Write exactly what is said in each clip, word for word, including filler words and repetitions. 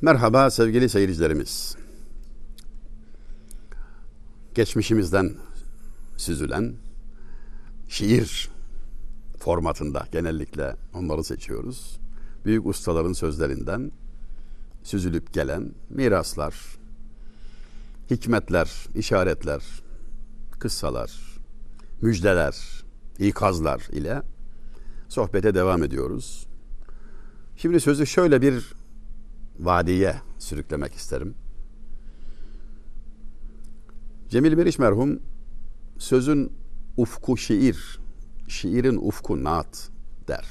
Merhaba sevgili seyircilerimiz. Geçmişimizden süzülen şiir formatında genellikle onları seçiyoruz. Büyük ustaların sözlerinden süzülüp gelen miraslar, hikmetler, işaretler, kıssalar, müjdeler, ikazlar ile sohbete devam ediyoruz. Şimdi sözü şöyle bir vadiye sürüklemek isterim. Cemil Meriç merhum sözün ufku şiir, şiirin ufku naat der.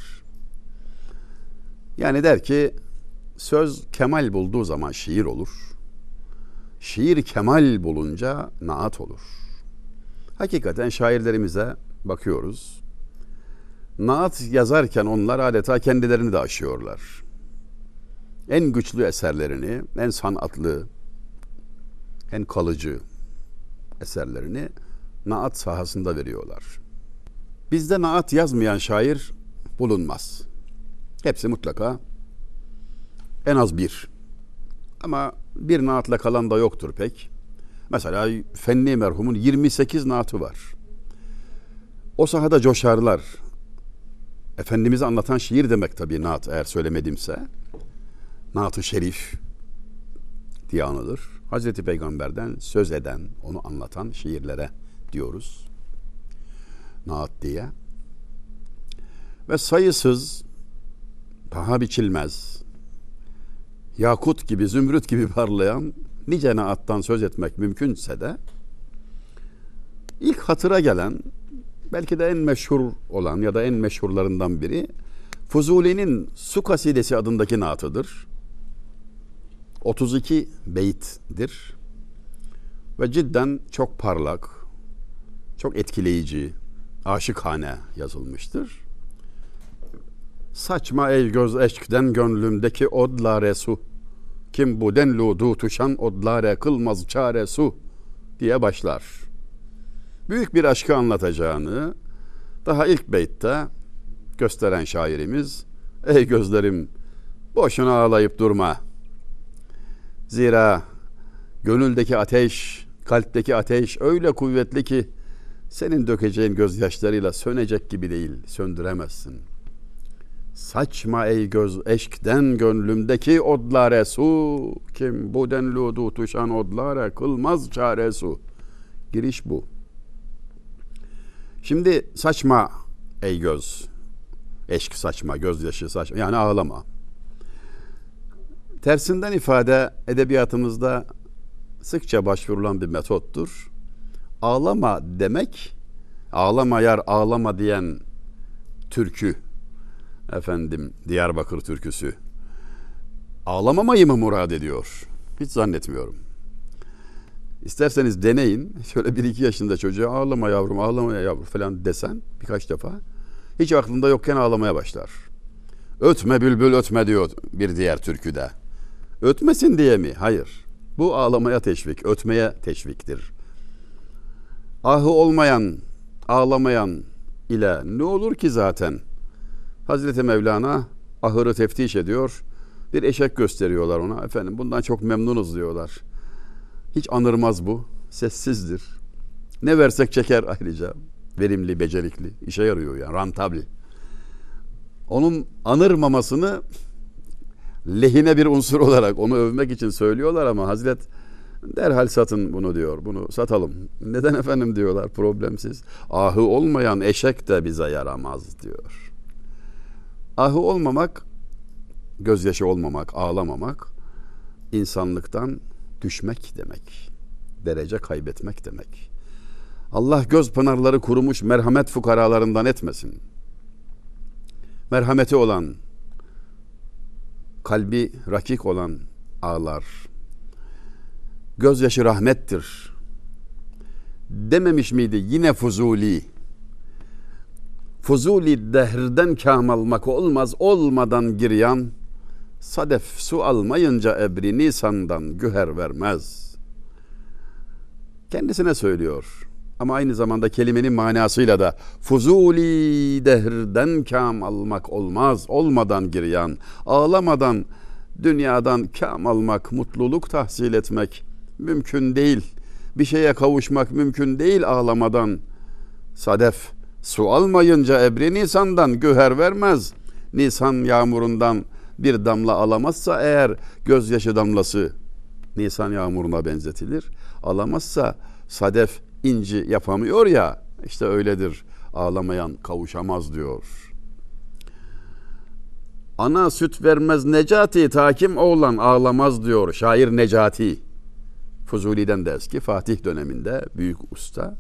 Yani der ki söz kemal bulduğu zaman şiir olur. Şiir kemal bulunca naat olur. Hakikaten şairlerimize bakıyoruz. Naat yazarken onlar adeta kendilerini de aşıyorlar. En güçlü eserlerini, en sanatlı, en kalıcı eserlerini naat sahasında veriyorlar. Bizde naat yazmayan şair bulunmaz. Hepsi mutlaka en az bir. Ama bir naatla kalan da yoktur pek. Mesela Fenni merhumun yirmi sekiz naatı var. O sahada coşarlar. Efendimiz'i anlatan şiir demek tabii naat, eğer söylemedimse. Naat-ı Şerif diye anılır. Hazreti Peygamber'den söz eden, onu anlatan şiirlere diyoruz. Naat diye. Ve sayısız, paha biçilmez, yakut gibi, zümrüt gibi parlayan nice naattan söz etmek mümkünse de ilk hatıra gelen, belki de en meşhur olan ya da en meşhurlarından biri Fuzuli'nin Su Kasidesi adındaki naatıdır. otuz iki beyttir ve cidden çok parlak, çok etkileyici, aşıkhane yazılmıştır. Saçma ey göz eşkden gönlümdeki odlare su, kim bu denludu tuşan odlare kılmaz çare su diye başlar. Büyük bir aşkı anlatacağını daha ilk beytte gösteren şairimiz, ey gözlerim boşuna ağlayıp durma. Zira gönüldeki ateş, kalpteki ateş öyle kuvvetli ki senin dökeceğin gözyaşlarıyla sönecek gibi değil, söndüremezsin. Saçma ey göz eşkten gönlümdeki odlare su, kim bu denludu tuşan odlare kılmaz çare su. Giriş bu. Şimdi saçma ey göz, eşk saçma, gözyaşı saçma, yani ağlama. Tersinden ifade edebiyatımızda sıkça başvurulan bir metottur. Ağlama demek, ağlama yar ağlama diyen türkü, efendim Diyarbakır türküsü, ağlamamayı mı murad ediyor? Hiç zannetmiyorum. İsterseniz deneyin, şöyle bir iki yaşında çocuğa ağlama yavrum, ağlama yavrum falan desen birkaç defa, hiç aklında yokken ağlamaya başlar. Ötme bülbül ötme diyor bir diğer türküde. Ötmesin diye mi? Hayır. Bu ağlamaya teşvik, ötmeye teşviktir. Ahı olmayan, ağlamayan ile ne olur ki zaten? Hazreti Mevlana ahırı teftiş ediyor. Bir eşek gösteriyorlar ona. Efendim bundan çok memnunuz diyorlar. Hiç anırmaz bu. Sessizdir. Ne versek çeker ayrıca. Verimli, becerikli. İşe yarıyor yani. Rantabli. Onun anırmamasını lehine bir unsur olarak onu övmek için söylüyorlar ama Hazret derhal satın bunu diyor. Bunu satalım. Neden efendim diyorlar, problemsiz. Ahı olmayan eşek de bize yaramaz diyor. Ahı olmamak, gözyaşı olmamak, ağlamamak insanlıktan düşmek demek. Derece kaybetmek demek. Allah göz pınarları kurumuş merhamet fukaralarından etmesin. Merhameti olan, kalbi rakik olan ağlar. Gözyaşı rahmettir. Dememiş miydi yine Fuzuli? Fuzuli dehrden kâm almak olmaz, olmadan giryan. Sadef su almayınca ebri nisandan güher vermez. Kendisine söylüyor. Ama aynı zamanda kelimenin manasıyla da Fuzuli dehrden kâm almak olmaz, olmadan giryan, ağlamadan Dünyadan kâm almak, mutluluk tahsil etmek mümkün değil. Bir şeye kavuşmak mümkün değil ağlamadan. Sadef su almayınca ebri Nisan'dan güher vermez. Nisan yağmurundan bir damla alamazsa eğer gözyaşı damlası Nisan yağmuruna benzetilir. Alamazsa sadef inci yapamıyor ya, işte öyledir. Ağlamayan kavuşamaz diyor. Ana süt vermez Necati, takim oğlan ağlamaz diyor şair Necati. Fuzuli'den de eski, Fatih döneminde büyük usta.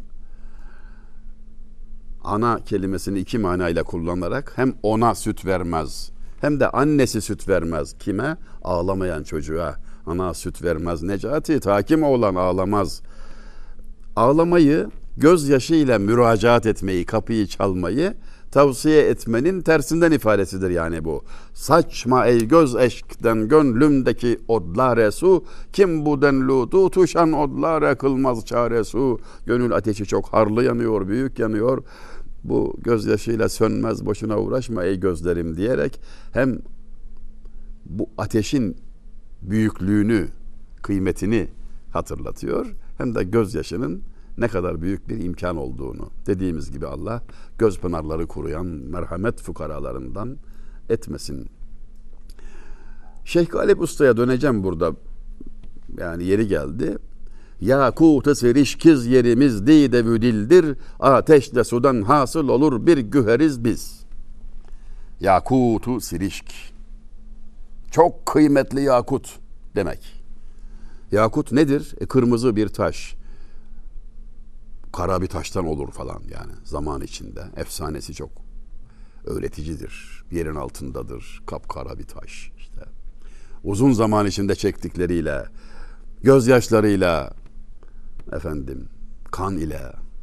Ana kelimesini iki manayla kullanarak hem ona süt vermez hem de annesi süt vermez. Kime? Ağlamayan çocuğa. Ana süt vermez Necati, takim oğlan ağlamaz. Ağlamayı, gözyaşıyla müracaat etmeyi, kapıyı çalmayı tavsiye etmenin tersinden ifadesidir yani bu. Saçma ey göz eşkten gönlümdeki odlare su, kim bu denlu tutuşan odlare kılmaz çare su. Gönül ateşi çok harlı yanıyor, büyük yanıyor. Bu gözyaşıyla sönmez, boşuna uğraşma ey gözlerim diyerek hem bu ateşin büyüklüğünü, kıymetini hatırlatıyor hem de gözyaşının ne kadar büyük bir imkan olduğunu. Dediğimiz gibi Allah göz pınarları kuruyan merhamet fukaralarından etmesin. Şeyh Galip Usta'ya döneceğim burada. Yani yeri geldi. Yakut-ı serişkiz yerimiz dide dildir. Ateşle sudan hasıl olur bir güheriz biz. Yakut-u sirişk. Çok kıymetli yakut demek. Yakut nedir? E, kırmızı bir taş. Kara bir taştan olur falan yani zaman içinde. Efsanesi çok öğreticidir. Bir yerin altındadır. Kapkara bir taş işte. Uzun zaman içinde çektikleriyle, gözyaşlarıyla, efendim, kan ile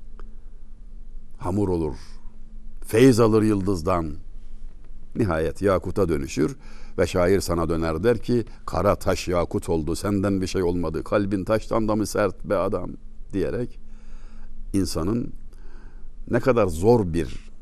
hamur olur. Feyz alır yıldızdan. Nihayet yakuta dönüşür ve şair sana döner der ki kara taş yakut oldu, senden bir şey olmadı. Kalbin taştan da mı sert be adam diyerek insanın ne kadar zor bir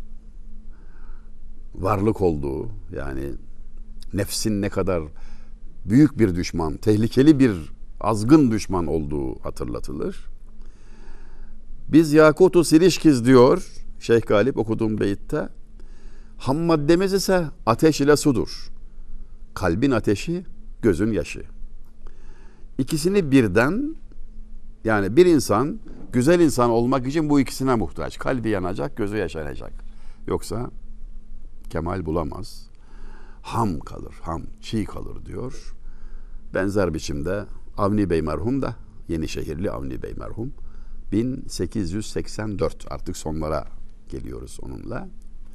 varlık olduğu, yani nefsin ne kadar büyük bir düşman, tehlikeli bir azgın düşman olduğu hatırlatılır. Biz yakutu sirişkiz diyor Şeyh Galip okuduğum beyitte. Ham maddemiz ise ateş ile sudur. Kalbin ateşi, gözün yaşı. İkisini birden, yani bir insan güzel insan olmak için bu ikisine muhtaç. Kalbi yanacak, gözü yaşaracak. Yoksa kemal bulamaz. Ham kalır, ham, çiğ kalır diyor. Benzer biçimde Avni Bey merhum da, Yenişehirli Avni Bey merhum, bin sekiz yüz seksen dört, artık sonlara geliyoruz onunla.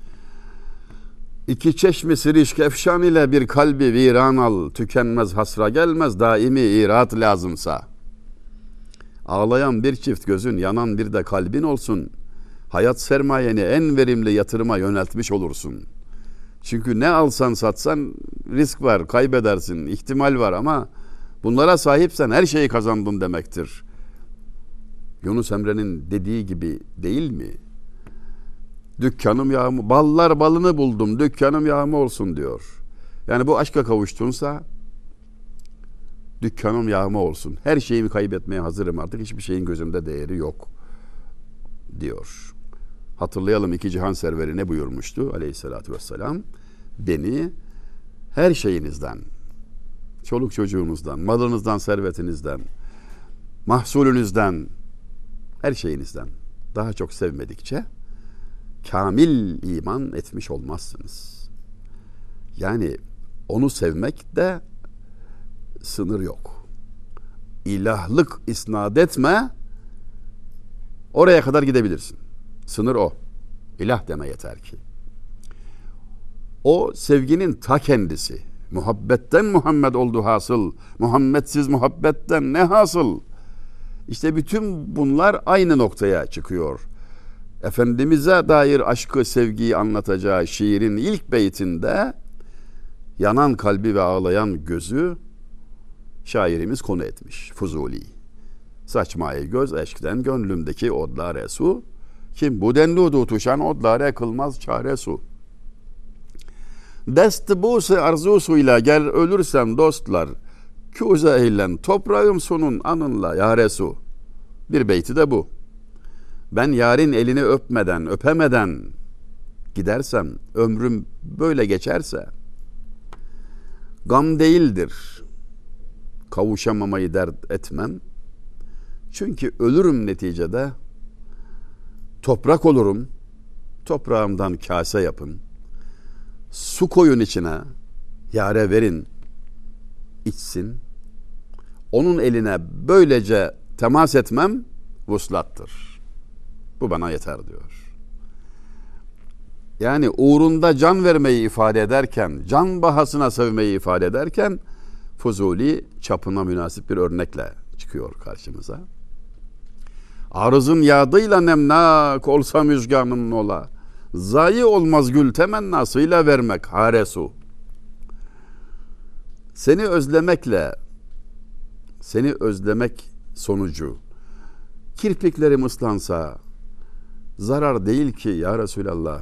İki çeşmi sirişk efşan ile bir kalbi viran al, tükenmez hasra gelmez daimi irat lazımsa. Ağlayan bir çift gözün, yanan bir de kalbin olsun. Hayat sermayeni en verimli yatırıma yöneltmiş olursun. Çünkü ne alsan satsan risk var, kaybedersin, ihtimal var ama bunlara sahipsen her şeyi kazandın demektir. Yunus Emre'nin dediği gibi değil mi? Dükkanım yağımı, ballar balını buldum, dükkanım yağımı olsun diyor. Yani bu aşka kavuştunsa dükkanım yağma olsun. Her şeyimi kaybetmeye hazırım artık. Hiçbir şeyin gözümde değeri yok diyor. Hatırlayalım iki cihan serveri ne buyurmuştu aleyhissalatü vesselam? Beni her şeyinizden, çoluk çocuğunuzdan, malınızdan, servetinizden, mahsulünüzden, her şeyinizden daha çok sevmedikçe kamil iman etmiş olmazsınız. Yani onu sevmekte sınır yok. İlahlık isnat etme, oraya kadar gidebilirsin. Sınır o. İlah deme yeter ki. O sevginin ta kendisi. Muhabbetten Muhammed oldu hasıl. Muhammedsiz muhabbetten ne hasıl? İşte bütün bunlar aynı noktaya çıkıyor. Efendimiz'e dair aşkı, sevgiyi anlatacağı şiirin ilk beytinde yanan kalbi ve ağlayan gözü şairimiz konu etmiş. Fuzuli. Saçmayı göz eşkten gönlümdeki odlare su, kim bu denli tutuşan odlare kılmaz çare su. Dest buse arzusuyla gel ölürsem dostlar, küze eylen toprağım sunun anınla ya Resul. Bir beyti de bu. Ben yarın elini öpmeden, öpemeden gidersem, ömrüm böyle geçerse, gam değildir, kavuşamamayı dert etmem. Çünkü ölürüm neticede, toprak olurum, toprağımdan kase yapın, su koyun içine, yâre verin, içsin. Onun eline böylece temas etmem vuslattır. Bu bana yeter diyor. Yani uğrunda can vermeyi ifade ederken, can bahasına sevmeyi ifade ederken Fuzuli çapına münasip bir örnekle çıkıyor karşımıza. Arızın yağdıyla nemnak olsa müjganın ola, zayi olmaz gül temennasıyla vermek haresu. Seni özlemekle, seni özlemek sonucu kirpiklerim ıslansa zarar değil ki ya Resulallah.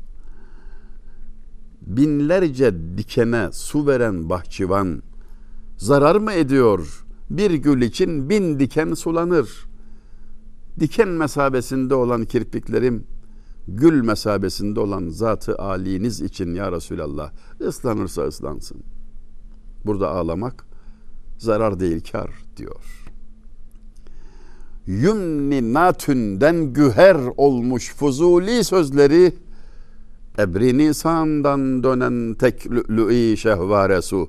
Binlerce dikene su veren bahçıvan zarar mı ediyor? Bir gül için bin diken sulanır. Diken mesabesinde olan kirpiklerim gül mesabesinde olan zat-ı âliniz için ya Resulallah ıslanırsa ıslansın. Burada ağlamak zarar değil kar diyor. Yümni natünden güher olmuş Fuzuli sözleri ebri nisandan dönen tek lü'lü'i şehvaresu.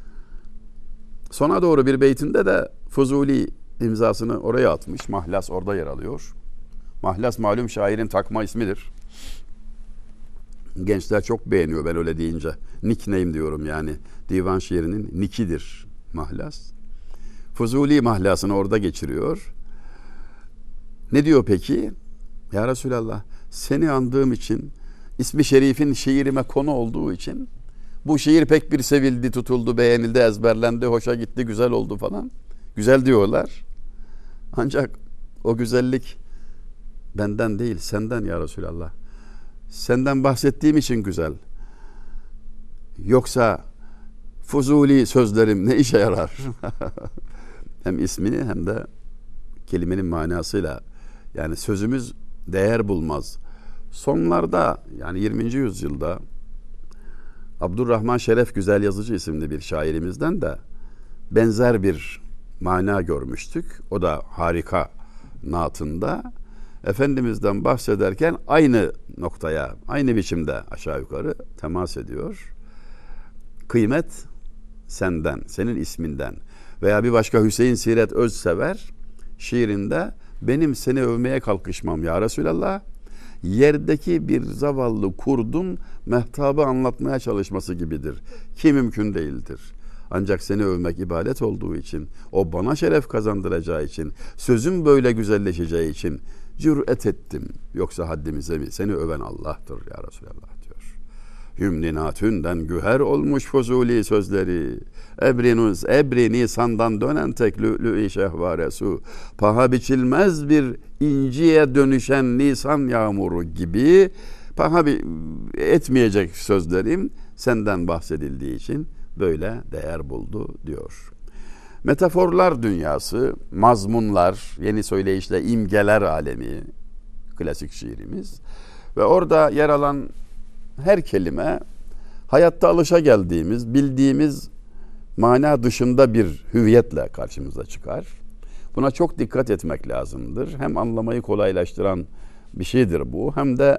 Sona doğru bir beytinde de Fuzuli imzasını oraya atmış. Mahlas orada yer alıyor. Mahlas malum şairin takma ismidir. Gençler çok beğeniyor ben öyle deyince. Nickname diyorum yani. Divan şiirinin nikidir Mahlas. Fuzuli mahlasını orada geçiriyor. Ne diyor peki? Ya Resulallah seni andığım için, ismi şerifin şiirime konu olduğu için bu şiir pek bir sevildi, tutuldu, beğenildi, ezberlendi, hoşa gitti, güzel oldu falan. Güzel diyorlar. Ancak o güzellik benden değil, senden ya Resulallah. Senden bahsettiğim için güzel. Yoksa Fuzuli sözlerim ne işe yarar? Hem ismini hem de kelimenin manasıyla. Yani sözümüz değer bulmaz. Sonlarda yani yirminci yüzyılda Abdurrahman Şeref Güzel Yazıcı isimli bir şairimizden de benzer bir mana görmüştük. O da harika naatında Efendimiz'den bahsederken aynı noktaya, aynı biçimde aşağı yukarı temas ediyor. Kıymet senden, senin isminden. Veya bir başka Hüseyin Siret Özsever şiirinde benim seni övmeye kalkışmam ya Resulallah, yerdeki bir zavallı kurdun mehtabı anlatmaya çalışması gibidir. Ki mümkün değildir. Ancak seni övmek ibadet olduğu için, o bana şeref kazandıracağı için, sözüm böyle güzelleşeceği için cüret ettim. Yoksa haddimize mi? Seni öven Allah'tır ya Resulallah diyor. Hümninatünden güher olmuş Fuzuli sözleri. Ebrinuz, ebri nisandan dönen tek lü'lü-i şehvaresu. Paha biçilmez bir inciye dönüşen nisan yağmuru gibi paha etmeyecek sözlerim senden bahsedildiği için böyle değer buldu diyor. Metaforlar dünyası, mazmunlar, yeni söyleyişle imgeler alemi, klasik şiirimiz ve orada yer alan her kelime hayatta alışageldiğimiz, bildiğimiz mana dışında bir hüviyetle karşımıza çıkar. Buna çok dikkat etmek lazımdır. Hem anlamayı kolaylaştıran bir şeydir bu, hem de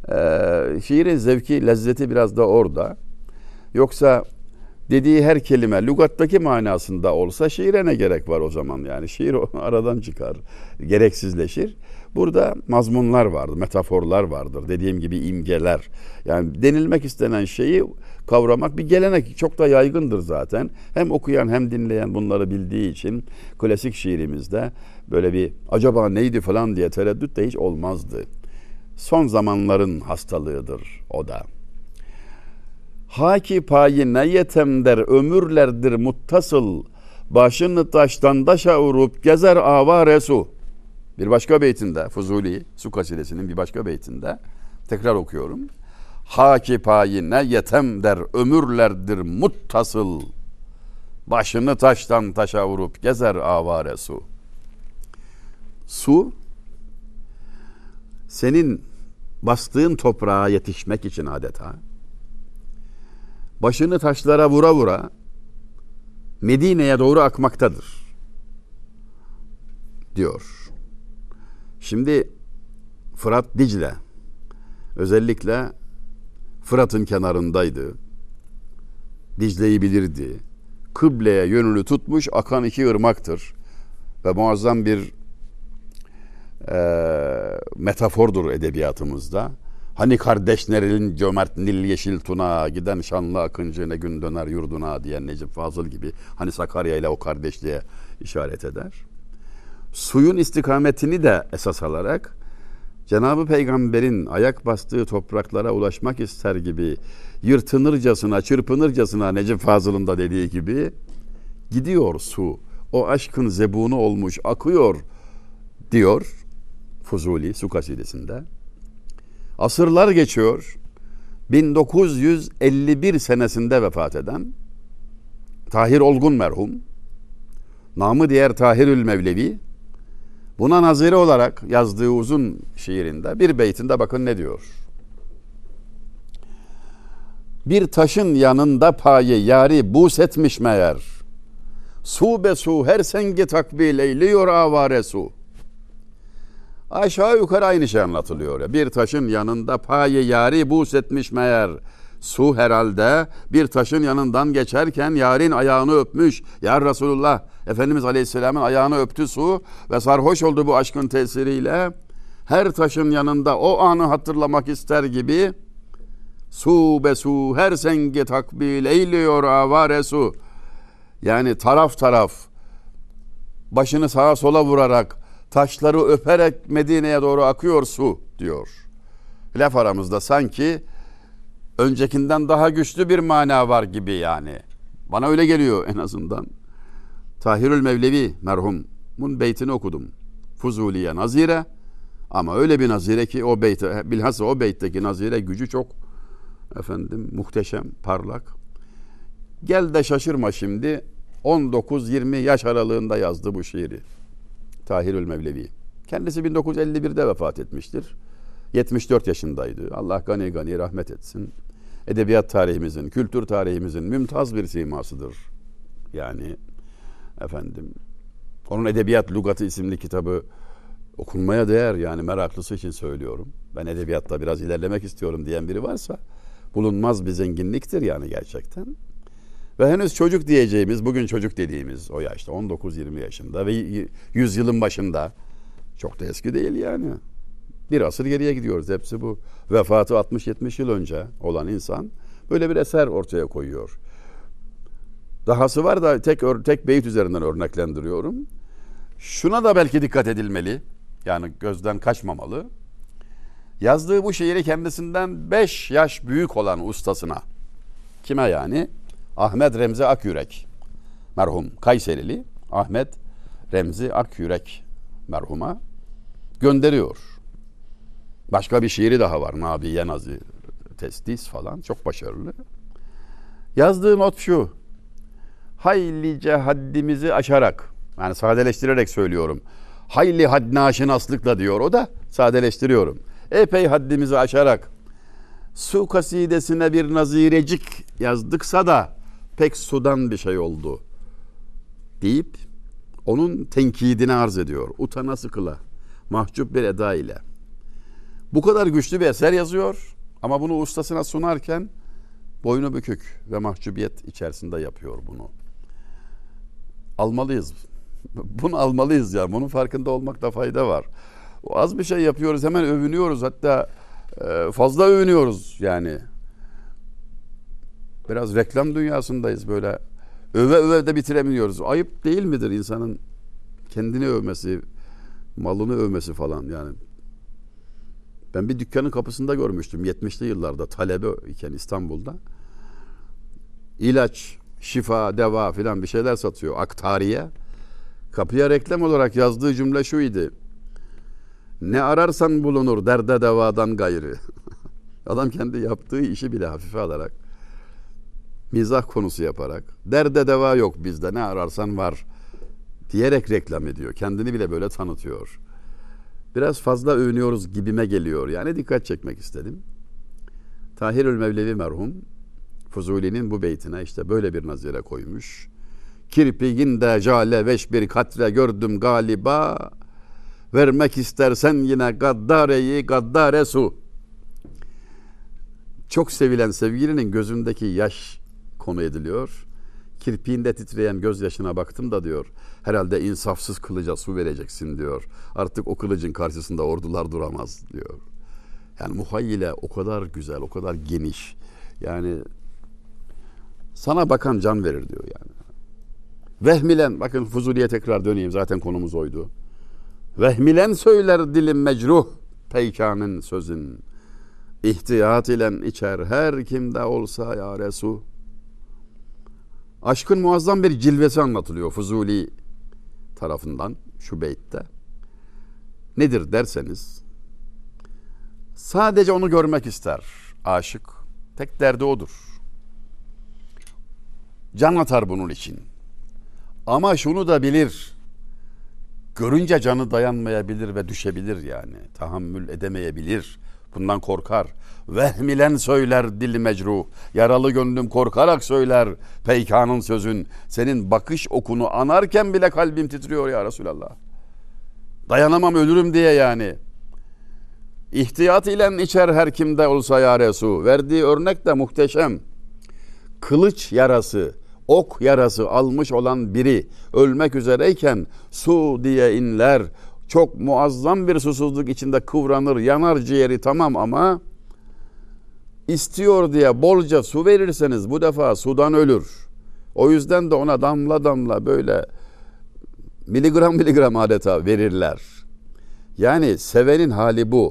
e, şiirin zevki, lezzeti biraz da orada. Yoksa dediği her kelime lügattaki manasında olsa şiire ne gerek var o zaman? Yani şiir aradan çıkar, gereksizleşir. Burada mazmunlar vardır, metaforlar vardır. Dediğim gibi imgeler. Yani denilmek istenen şeyi kavramak bir gelenek. Çok da yaygındır zaten. Hem okuyan hem dinleyen bunları bildiği için klasik şiirimizde böyle bir acaba neydi falan diye tereddüt de hiç olmazdı. Son zamanların hastalığıdır o da. Haki payi ne yetem der ömürlerdir muttasıl, başını taştan taşa vurup gezer avare su. Bir başka beytinde Fuzuli Su Kasidesi'nin bir başka beytinde tekrar okuyorum. Haki payine yetem der ömürlerdir muttasıl. Başını taştan taşa vurup gezer avare su. Su, senin bastığın toprağa yetişmek için adeta, başını taşlara vura vura Medine'ye doğru akmaktadır diyor. Şimdi Fırat Dicle özellikle Fırat'ın kenarındaydı. Dicle'yi bilirdi. Kıbleye yönünü tutmuş akan iki ırmaktır. Ve muazzam bir e, metafordur edebiyatımızda. Hani kardeşlerin cömert nil yeşil tuna, giden şanlı akıncı ne gün döner yurduna diyen Necip Fazıl gibi. Hani Sakarya ile o kardeşliğe işaret eder. Suyun istikametini de esas alarak Cenab-ı Peygamber'in ayak bastığı topraklara ulaşmak ister gibi yırtınırcasına, çırpınırcasına Necip Fazıl'ın da dediği gibi gidiyor su. O aşkın zebunu olmuş akıyor diyor Fuzuli Su Kasidesi'nde. Asırlar geçiyor. bin dokuz yüz elli bir senesinde vefat eden Tahir Olgun merhum, namı diğer Tahirül Mevlevi, buna nazire olarak yazdığı uzun şiirinde bir beytinde bakın ne diyor. Bir taşın yanında paye yari bus etmiş meğer. Su be su her sengi takbil eyliyor avare su. Aşağı yukarı aynı şey anlatılıyor. Ya. Bir taşın yanında paye yari bus etmiş meğer. Su herhalde bir taşın yanından geçerken yarın ayağını öpmüş. Ya Resulullah Efendimiz Aleyhisselam'ın ayağını öptü su ve sarhoş oldu bu aşkın tesiriyle. Her taşın yanında o anı hatırlamak ister gibi su be su her sengi takbil eyliyor avare su. Yani taraf taraf başını sağa sola vurarak taşları öperek Medine'ye doğru akıyor su diyor. Laf aramızda sanki öncekinden daha güçlü bir mana var gibi yani. Bana öyle geliyor en azından. Tahirül Mevlevi merhumun beytini okudum. Fuzuliye nazire, ama öyle bir nazire ki o beyte, bilhassa o beytteki nazire gücü çok efendim muhteşem, parlak. Gel de şaşırma şimdi, on dokuz yirmi yaş aralığında yazdı bu şiiri Tahirül Mevlevi. Kendisi bin dokuz yüz elli birde vefat etmiştir. yetmiş dört yaşındaydı. Allah gani gani rahmet etsin. Edebiyat tarihimizin, kültür tarihimizin mümtaz bir simasıdır. Yani efendim onun Edebiyat Lugatı isimli kitabı okunmaya değer, yani meraklısı için söylüyorum. Ben edebiyatta biraz ilerlemek istiyorum diyen biri varsa bulunmaz bir zenginliktir yani gerçekten. Ve henüz çocuk diyeceğimiz, bugün çocuk dediğimiz o yaşta on dokuz yirmi yaşında ve yüzyılın başında, çok da eski değil yani. Bir asır geriye gidiyoruz, hepsi bu. Vefatı altmış yetmiş yıl önce olan insan böyle bir eser ortaya koyuyor. Dahası var da tek tek beyit üzerinden örneklendiriyorum. Şuna da belki dikkat edilmeli. Yani gözden kaçmamalı. Yazdığı bu şiiri kendisinden beş yaş büyük olan ustasına. Kime yani? Ahmet Remzi Akyürek merhum, Kayserili Ahmet Remzi Akyürek merhuma gönderiyor. Başka bir şiiri daha var. Nabiye Nazi Testis falan. Çok başarılı. Yazdığı not şu. Haylice haddimizi aşarak, yani sadeleştirerek söylüyorum. Hayli haddinaşinaslıkla diyor o da, sadeleştiriyorum. Epey haddimizi aşarak su kasidesine bir nazirecik yazdıksa da pek sudan bir şey oldu deyip onun tenkidini arz ediyor. Utana sıkıla, mahcup bir eda ile. Bu kadar güçlü bir eser yazıyor ama bunu ustasına sunarken boynu bükük ve mahcubiyet içerisinde yapıyor bunu. Almalıyız. Bunu almalıyız ya. Bunun farkında olmakta fayda var. O az bir şey yapıyoruz, hemen övünüyoruz, hatta fazla övünüyoruz yani. Biraz reklam dünyasındayız böyle. Öve öve de bitiremiyoruz. Ayıp değil midir insanın kendini övmesi, malını övmesi falan yani. Ben bir dükkanın kapısında görmüştüm yetmişli yıllarda, talebe iken İstanbul'da. İlaç, şifa, deva filan bir şeyler satıyor. Aktariye. Kapıya reklam olarak yazdığı cümle şuydu. Ne ararsan bulunur derde devadan gayrı. Adam kendi yaptığı işi bile hafife alarak, mizah konusu yaparak, derde deva yok bizde, ne ararsan var diyerek reklam ediyor. Kendini bile böyle tanıtıyor. Biraz fazla övünüyoruz gibime geliyor. Yani dikkat çekmek istedim. Tahirül Mevlevi merhum Fuzuli'nin bu beytine işte böyle bir nazire koymuş. Kirpiğinde jale veş bir katre gördüm galiba. Vermek istersen yine gaddareyi gaddare su. Çok sevilen sevgilinin gözündeki yaş konu ediliyor. Kirpiğinde titreyen gözyaşına baktım da diyor, herhalde insafsız kılıca su vereceksin diyor. Artık o kılıcın karşısında ordular duramaz diyor. Yani muhayyile o kadar güzel, o kadar geniş. Yani sana bakan can verir diyor yani. Vehmilen, bakın Fuzuli'ye tekrar döneyim, zaten konumuz oydu. Vehmilen söyler dilim mecruh, peykanın sözün. İhtiyat ile içer her kimde olsa ya Resul. Aşkın muazzam bir cilvesi anlatılıyor Fuzuli tarafından şu beytte. Nedir derseniz, sadece onu görmek ister aşık. Tek derdi odur. Can atar bunun için. Ama şunu da bilir, görünce canı dayanmayabilir ve düşebilir yani. Tahammül edemeyebilir. Bundan korkar. Vehmilen söyler dil mecruh. Yaralı gönlüm korkarak söyler peykanın sözün. Senin bakış okunu anarken bile kalbim titriyor ya Resulallah. Dayanamam, ölürüm diye yani. İhtiyat ile içer her kimde olsa ya Resul. Verdiği örnek de muhteşem. Kılıç yarası, ok yarası almış olan biri ölmek üzereyken su diye inler. Çok muazzam bir susuzluk içinde kıvranır, yanar ciğeri, tamam, ama istiyor diye bolca su verirseniz bu defa sudan ölür. O yüzden de ona damla damla böyle miligram miligram adeta verirler. Yani sevenin hali bu.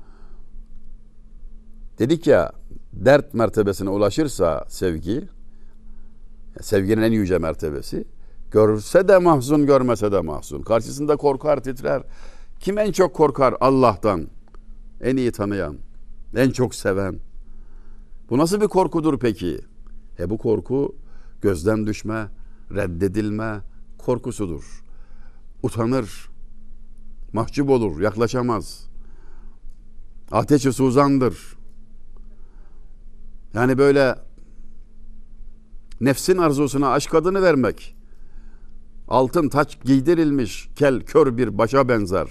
Dedik ya, dert mertebesine ulaşırsa sevgi, sevginin en yüce mertebesi, görse de mahzun, görmese de mahzun. Karşısında korkar, titrer. Kim en çok korkar? Allah'tan. En iyi tanıyan, en çok seven. Bu nasıl bir korkudur peki? E bu korku gözden düşme, reddedilme korkusudur. Utanır, mahcup olur, yaklaşamaz. Ateşi suzandır. Yani böyle nefsin arzusuna aşk adını vermek, altın taç giydirilmiş kel kör bir başa benzer.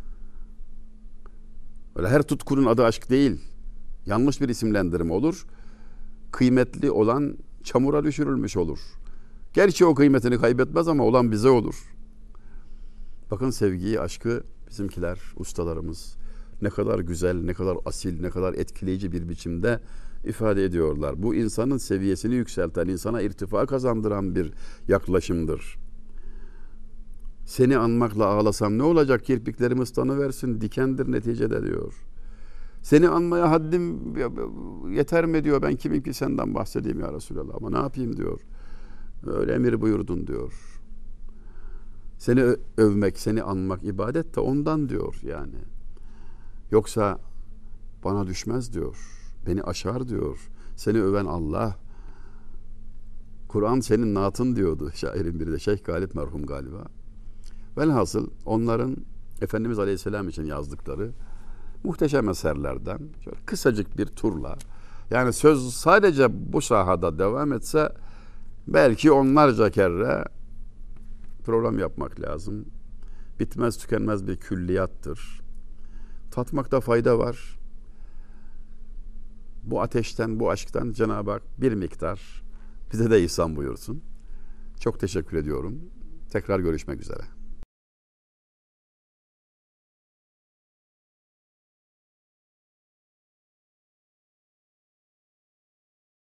Öyle her tutkunun adı aşk değil. Yanlış bir isimlendirme olur. Kıymetli olan çamura düşürülmüş olur. Gerçi o kıymetini kaybetmez ama olan bize olur. Bakın sevgiyi, aşkı bizimkiler, ustalarımız ne kadar güzel, ne kadar asil, ne kadar etkileyici bir biçimde ifade ediyorlar. Bu insanın seviyesini yükselten, insana irtifa kazandıran bir yaklaşımdır. Seni anmakla ağlasam ne olacak? Kirpiklerim ıslanıversin, dikendir neticede diyor. Seni anmaya haddim yeter mi diyor. Ben kimim ki senden bahsedeyim ya Resulallah, ama ne yapayım diyor. Öyle emir buyurdun diyor. Seni övmek, seni anmak ibadet de ondan diyor yani. Yoksa bana düşmez diyor. Beni aşar diyor. Seni öven Allah. Kur'an senin naatın diyordu şairin biri de, Şeyh Galip merhum galiba. Velhasıl onların Efendimiz Aleyhisselam için yazdıkları muhteşem eserlerden şöyle kısacık bir turla, yani söz sadece bu sahada devam etse belki onlarca kere program yapmak lazım. Bitmez tükenmez bir külliyattır. Tatmakta fayda var. Bu ateşten, bu aşktan Cenab-ı Hak bir miktar bize de ihsan buyursun. Çok teşekkür ediyorum. Tekrar görüşmek üzere.